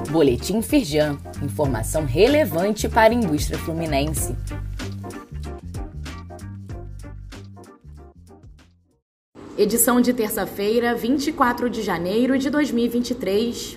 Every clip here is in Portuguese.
Boletim Firjan, informação relevante para a indústria fluminense. Edição de terça-feira, 24 de janeiro de 2023.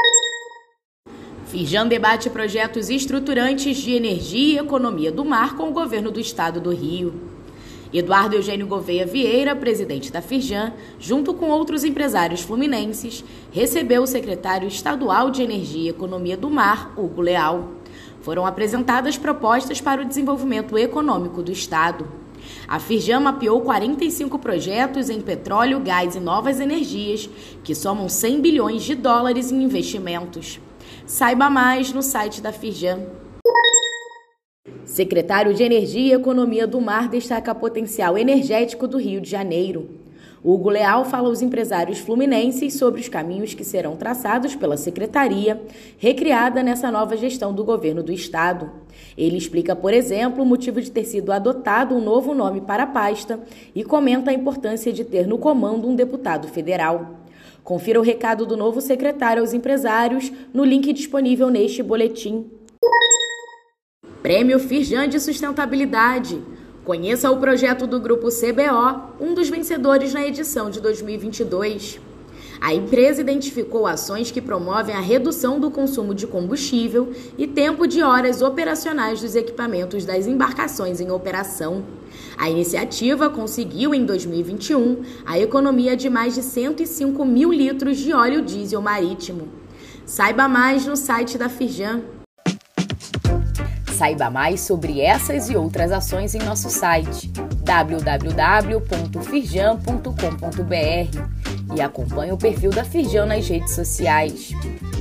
Firjan debate projetos estruturantes de energia e economia do mar com o governo do estado do Rio. Eduardo Eugênio Gouveia Vieira, presidente da Firjan, junto com outros empresários fluminenses, recebeu o secretário estadual de Energia e Economia do Mar, Hugo Leal. Foram apresentadas propostas para o desenvolvimento econômico do estado. A Firjan mapeou 45 projetos em petróleo, gás e novas energias, que somam 100 bilhões de dólares em investimentos. Saiba mais no site da Firjan. Secretário de Energia e Economia do Mar destaca potencial energético do Rio de Janeiro. Hugo Leal fala aos empresários fluminenses sobre os caminhos que serão traçados pela secretaria, recriada nessa nova gestão do governo do estado. Ele explica, por exemplo, o motivo de ter sido adotado um novo nome para a pasta e comenta a importância de ter no comando um deputado federal. Confira o recado do novo secretário aos empresários no link disponível neste boletim. Prêmio Firjan de Sustentabilidade. Conheça o projeto do Grupo CBO, um dos vencedores na edição de 2022. A empresa identificou ações que promovem a redução do consumo de combustível e tempo de horas operacionais dos equipamentos das embarcações em operação. A iniciativa conseguiu, em 2021, a economia de mais de 105 mil litros de óleo diesel marítimo. Saiba mais no site da Firjan. Saiba mais sobre essas e outras ações em nosso site www.firjan.com.br e acompanhe o perfil da Firjan nas redes sociais.